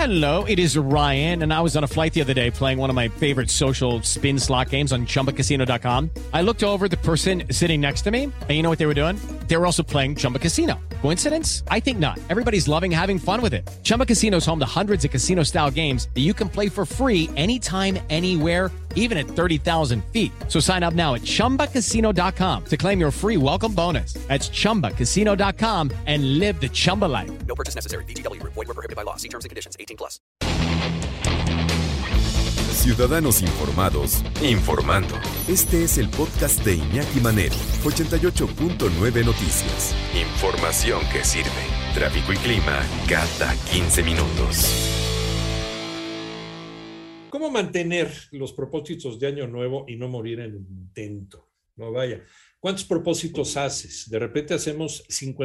Hello, it is Ryan, and I was on a flight the other day playing one of my favorite social spin slot games on ChumbaCasino.com. I looked over at the person sitting next to me, and you know what they were doing? They were also playing Chumba Casino. Coincidence? I think not. Everybody's loving having fun with it. Chumba Casino is home to hundreds of casino-style games that you can play for free anytime, anywhere, even at 30,000 feet. So sign up now at ChumbaCasino.com to claim your free welcome bonus. That's ChumbaCasino.com and live the Chumba life. No purchase necessary. VGW Group. Void where prohibited by law. See terms and conditions. 18+. Ciudadanos informados, informando. Este es el podcast de Iñaki Manero, 88.9 Noticias. Información que sirve. Tráfico y clima cada 15 minutos. ¿Cómo mantener los propósitos de Año Nuevo y no morir en el intento? No vaya. ¿Cuántos propósitos haces? De repente hacemos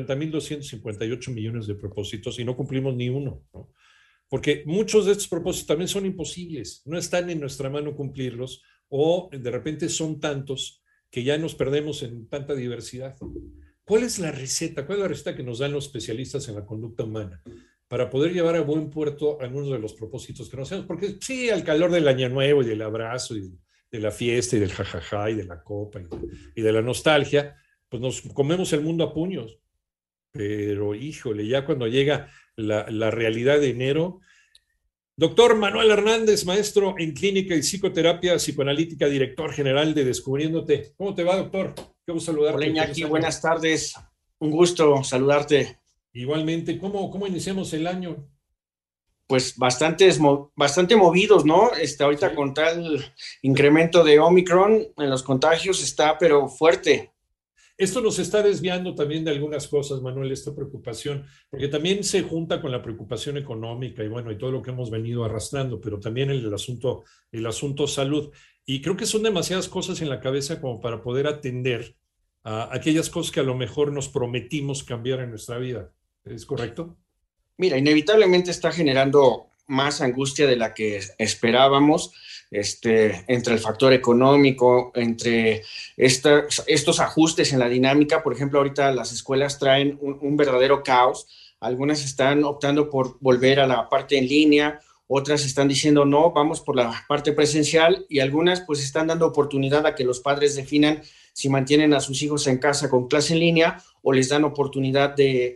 50,258 millones de propósitos y no cumplimos ni uno, ¿no? Porque muchos de estos propósitos también son imposibles. No están en nuestra mano cumplirlos o de repente son tantos que ya nos perdemos en tanta diversidad. ¿Cuál es la receta? ¿Cuál es la receta que nos dan los especialistas en la conducta humana para poder llevar a buen puerto algunos de los propósitos que nos hacemos? Porque sí, al calor del Año Nuevo y del abrazo y de la fiesta y del jajaja y de la copa y de la nostalgia, pues nos comemos el mundo a puños. Pero híjole, ya cuando llega la realidad de enero. Doctor Manuel Hernández, maestro en clínica y psicoterapia psicoanalítica, director general de Descubriéndote. ¿Cómo te va, doctor? Qué gusto saludarte. Hola, Iñaki, buenas tardes. Un gusto saludarte. Igualmente. ¿Cómo iniciamos el año? Pues bastante movidos, ¿no? Ahorita sí. Con tal incremento de Omicron en los contagios está, pero fuerte. Esto nos está desviando también de algunas cosas, Manuel, esta preocupación, porque también se junta con la preocupación económica y bueno, y todo lo que hemos venido arrastrando, pero también el asunto salud. Y creo que son demasiadas cosas en la cabeza como para poder atender a aquellas cosas que a lo mejor nos prometimos cambiar en nuestra vida. ¿Es correcto? Mira, inevitablemente está generando más angustia de la que esperábamos, entre el factor económico, entre estos ajustes en la dinámica. Por ejemplo, ahorita las escuelas traen un verdadero caos. Algunas están optando por volver a la parte en línea, otras están diciendo no, vamos por la parte presencial, y algunas pues están dando oportunidad a que los padres definan si mantienen a sus hijos en casa con clase en línea o les dan oportunidad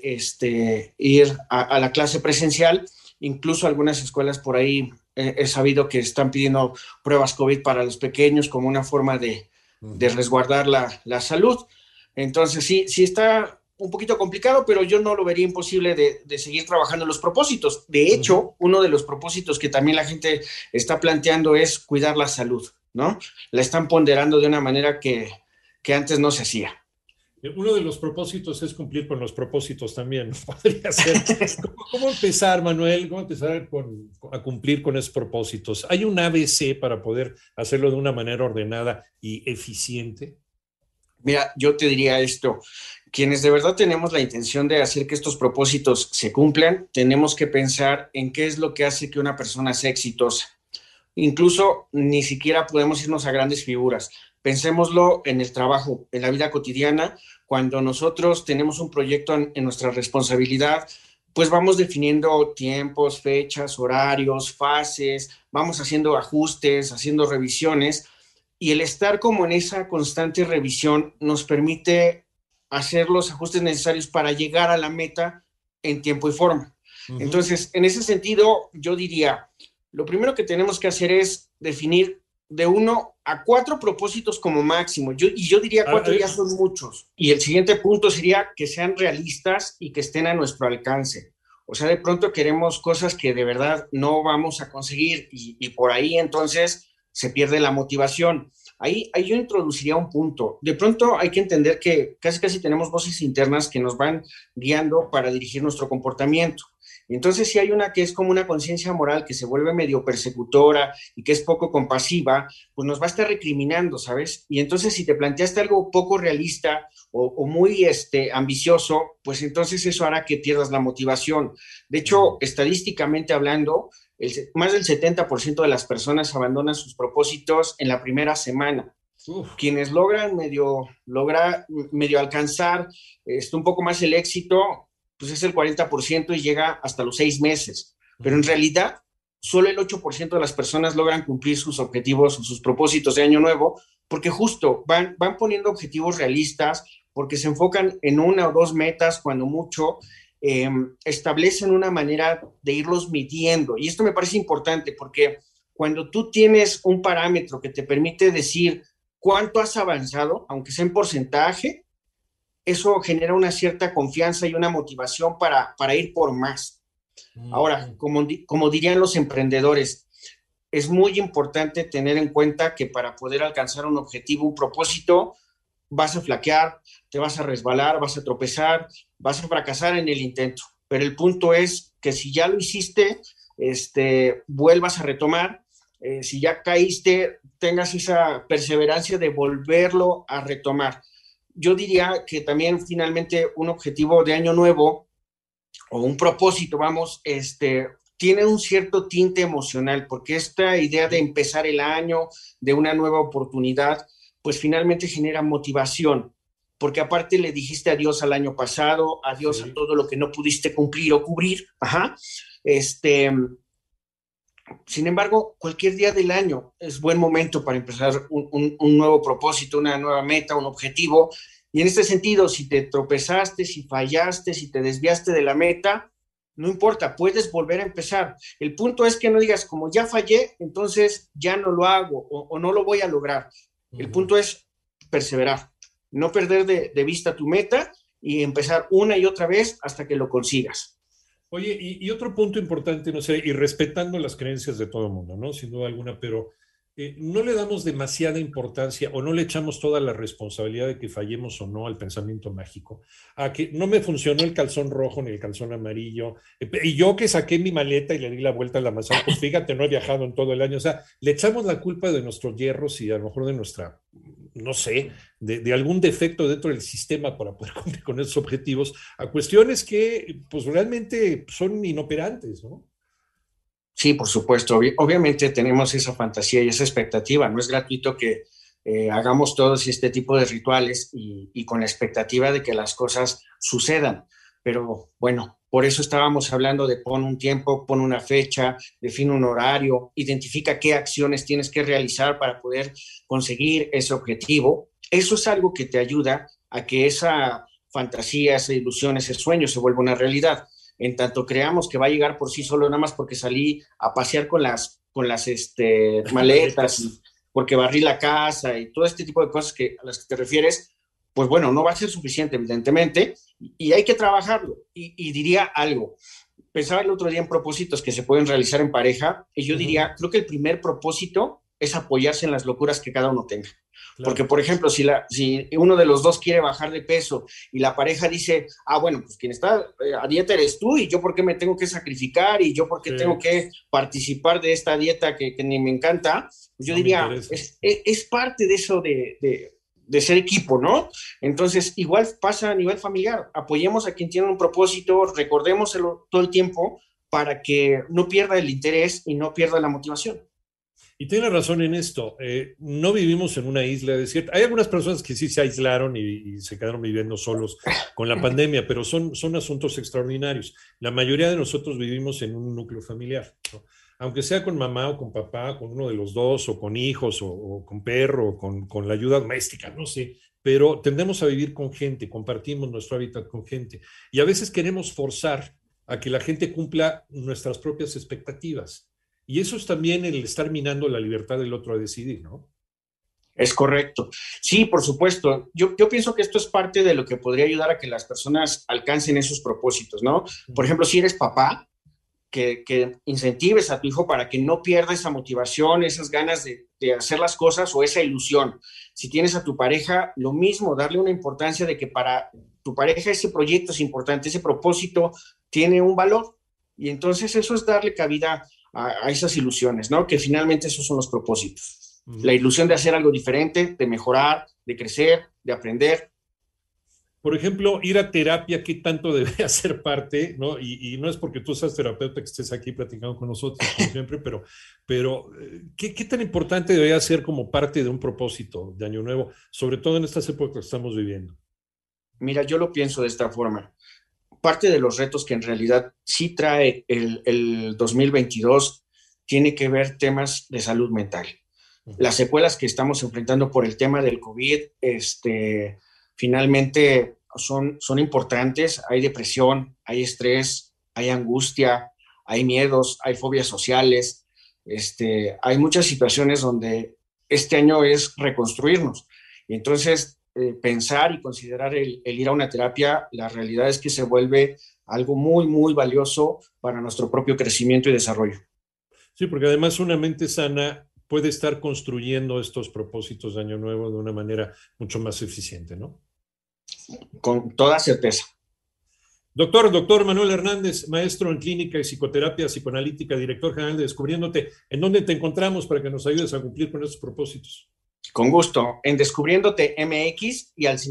de ir a la clase presencial. Incluso algunas escuelas por ahí he sabido que están pidiendo pruebas COVID para los pequeños como una forma de resguardar la salud. Entonces sí está un poquito complicado, pero yo no lo vería imposible de seguir trabajando en los propósitos. De hecho, uno de los propósitos que también la gente está planteando es cuidar la salud, ¿no? La están ponderando de una manera que antes no se hacía. Uno de los propósitos es cumplir con los propósitos también, ¿no? Podría ser. ¿Cómo empezar, Manuel? ¿Cómo empezar a cumplir con esos propósitos? ¿Hay un ABC para poder hacerlo de una manera ordenada y eficiente? Mira, yo te diría esto. Quienes de verdad tenemos la intención de hacer que estos propósitos se cumplan, tenemos que pensar en qué es lo que hace que una persona sea exitosa. Incluso ni siquiera podemos irnos a grandes figuras. Pensémoslo en el trabajo, en la vida cotidiana. Cuando nosotros tenemos un proyecto en nuestra responsabilidad, pues vamos definiendo tiempos, fechas, horarios, fases, vamos haciendo ajustes, haciendo revisiones, y el estar como en esa constante revisión nos permite hacer los ajustes necesarios para llegar a la meta en tiempo y forma. Entonces, en ese sentido, yo diría, lo primero que tenemos que hacer es definir de 1 a 4 propósitos como máximo. Yo diría 4 ya son muchos. Y el siguiente punto sería que sean realistas y que estén a nuestro alcance. O sea, de pronto queremos cosas que de verdad no vamos a conseguir y por ahí entonces se pierde la motivación. Ahí yo introduciría un punto. De pronto hay que entender que casi tenemos voces internas que nos van guiando para dirigir nuestro comportamiento. Entonces, si hay una que es como una conciencia moral que se vuelve medio persecutora y que es poco compasiva, pues nos va a estar recriminando, ¿sabes? Y entonces, si te planteaste algo poco realista o muy ambicioso, pues entonces eso hará que pierdas la motivación. De hecho, estadísticamente hablando, más del 70% de las personas abandonan sus propósitos en la primera semana. Quienes logran medio alcanzar un poco más el éxito, pues es el 40% y llega hasta los 6 meses. pero en realidad solo el 8% de las personas logran cumplir sus objetivos o sus propósitos de año nuevo, porque justo van poniendo objetivos realistas, porque se enfocan en una o dos metas, cuando mucho, establecen una manera de irlos midiendo. Y esto me parece importante porque cuando tú tienes un parámetro que te permite decir cuánto has avanzado, aunque sea en porcentaje, eso genera una cierta confianza y una motivación para ir por más. Ahora, como dirían los emprendedores, es muy importante tener en cuenta que para poder alcanzar un objetivo, un propósito, vas a flaquear, te vas a resbalar, vas a tropezar, vas a fracasar en el intento. Pero el punto es que si ya lo hiciste, vuelvas a retomar. Si ya caíste, tengas esa perseverancia de volverlo a retomar. Yo diría que también finalmente un objetivo de año nuevo o un propósito, tiene un cierto tinte emocional, porque esta idea de empezar el año, de una nueva oportunidad, pues finalmente genera motivación, porque aparte le dijiste adiós al año pasado, adiós a todo lo que no pudiste cumplir o cubrir. Sin embargo, cualquier día del año es buen momento para empezar un nuevo propósito, una nueva meta, un objetivo. Y en este sentido, si te tropezaste, si fallaste, si te desviaste de la meta, no importa, puedes volver a empezar. El punto es que no digas, como ya fallé, entonces ya no lo hago o no lo voy a lograr. El punto es perseverar, no perder de vista tu meta y empezar una y otra vez hasta que lo consigas. Oye, y otro punto importante, no sé, y respetando las creencias de todo el mundo, ¿no? Sin duda alguna, pero no le damos demasiada importancia o no le echamos toda la responsabilidad de que fallemos o no al pensamiento mágico, a que no me funcionó el calzón rojo ni el calzón amarillo, y yo que saqué mi maleta y le di la vuelta a la manzana, pues fíjate, no he viajado en todo el año. O sea, le echamos la culpa de nuestros hierros y a lo mejor de nuestra, no sé, de algún defecto dentro del sistema para poder cumplir con esos objetivos, a cuestiones que pues realmente son inoperantes, ¿no? Sí, por supuesto. Obviamente tenemos esa fantasía y esa expectativa. No es gratuito que hagamos todos este tipo de rituales y con la expectativa de que las cosas sucedan. Pero bueno, por eso estábamos hablando de pon un tiempo, pon una fecha, define un horario, identifica qué acciones tienes que realizar para poder conseguir ese objetivo. Eso es algo que te ayuda a que esa fantasía, esa ilusión, ese sueño se vuelva una realidad. En tanto creamos que va a llegar por sí solo, nada más porque salí a pasear con las maletas, y porque barrí la casa y todo este tipo de cosas a las que te refieres, pues bueno, no va a ser suficiente, evidentemente, y hay que trabajarlo. Y diría algo, pensaba el otro día en propósitos que se pueden realizar en pareja, y yo diría, creo que el primer propósito es apoyarse en las locuras que cada uno tenga. Claro. Porque, por ejemplo, si uno de los dos quiere bajar de peso y la pareja dice, bueno, pues quien está a dieta eres tú, y yo por qué me tengo que sacrificar, y yo por qué tengo que participar de esta dieta que ni me encanta, pues yo diría, es parte de eso de ser equipo, ¿no? Entonces, igual pasa a nivel familiar. Apoyemos a quien tiene un propósito, recordémoselo todo el tiempo para que no pierda el interés y no pierda la motivación. Y tiene razón en esto, no vivimos en una isla desierta. Hay algunas personas que sí se aislaron y se quedaron viviendo solos con la pandemia, pero son asuntos extraordinarios. La mayoría de nosotros vivimos en un núcleo familiar, ¿no? Aunque sea con mamá o con papá, con uno de los dos, o con hijos, o con perro, o con la ayuda doméstica, no sé, pero tendemos a vivir con gente, compartimos nuestro hábitat con gente, y a veces queremos forzar a que la gente cumpla nuestras propias expectativas. Y eso es también el estar minando la libertad del otro a decidir, ¿no? Es correcto. Sí, por supuesto. Yo pienso que esto es parte de lo que podría ayudar a que las personas alcancen esos propósitos, ¿no? Por ejemplo, si eres papá, que incentives a tu hijo para que no pierda esa motivación, esas ganas de hacer las cosas o esa ilusión. Si tienes a tu pareja, lo mismo, darle una importancia de que para tu pareja ese proyecto es importante, ese propósito tiene un valor. Y entonces eso es darle cabida a esas ilusiones, ¿no? Que finalmente esos son los propósitos. La ilusión de hacer algo diferente, de mejorar, de crecer, de aprender. Por ejemplo, ir a terapia, ¿qué tanto debe hacer parte, ¿no? Y no es porque tú seas terapeuta que estés aquí platicando con nosotros, como siempre, pero ¿qué tan importante debería ser como parte de un propósito de Año Nuevo, sobre todo en estas épocas que estamos viviendo? Mira, yo lo pienso de esta forma. parte de los retos que en realidad sí trae el 2022 tiene que ver temas de salud mental. Las secuelas que estamos enfrentando por el tema del COVID, finalmente son importantes. Hay depresión, hay estrés, hay angustia, hay miedos, hay fobias sociales. Hay muchas situaciones donde este año es reconstruirnos. Y entonces, pensar y considerar el ir a una terapia, la realidad es que se vuelve algo muy, muy valioso para nuestro propio crecimiento y desarrollo. Sí, porque además una mente sana puede estar construyendo estos propósitos de Año Nuevo de una manera mucho más eficiente, ¿no? Con toda certeza. Doctor Manuel Hernández, maestro en clínica y psicoterapia psicoanalítica, director general de Descubriéndote, ¿en dónde te encontramos para que nos ayudes a cumplir con estos propósitos? Con gusto, en Descubriéndote MX y al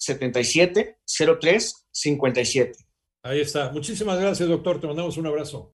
5539-7703-57. Ahí está. Muchísimas gracias, doctor. Te mandamos un abrazo.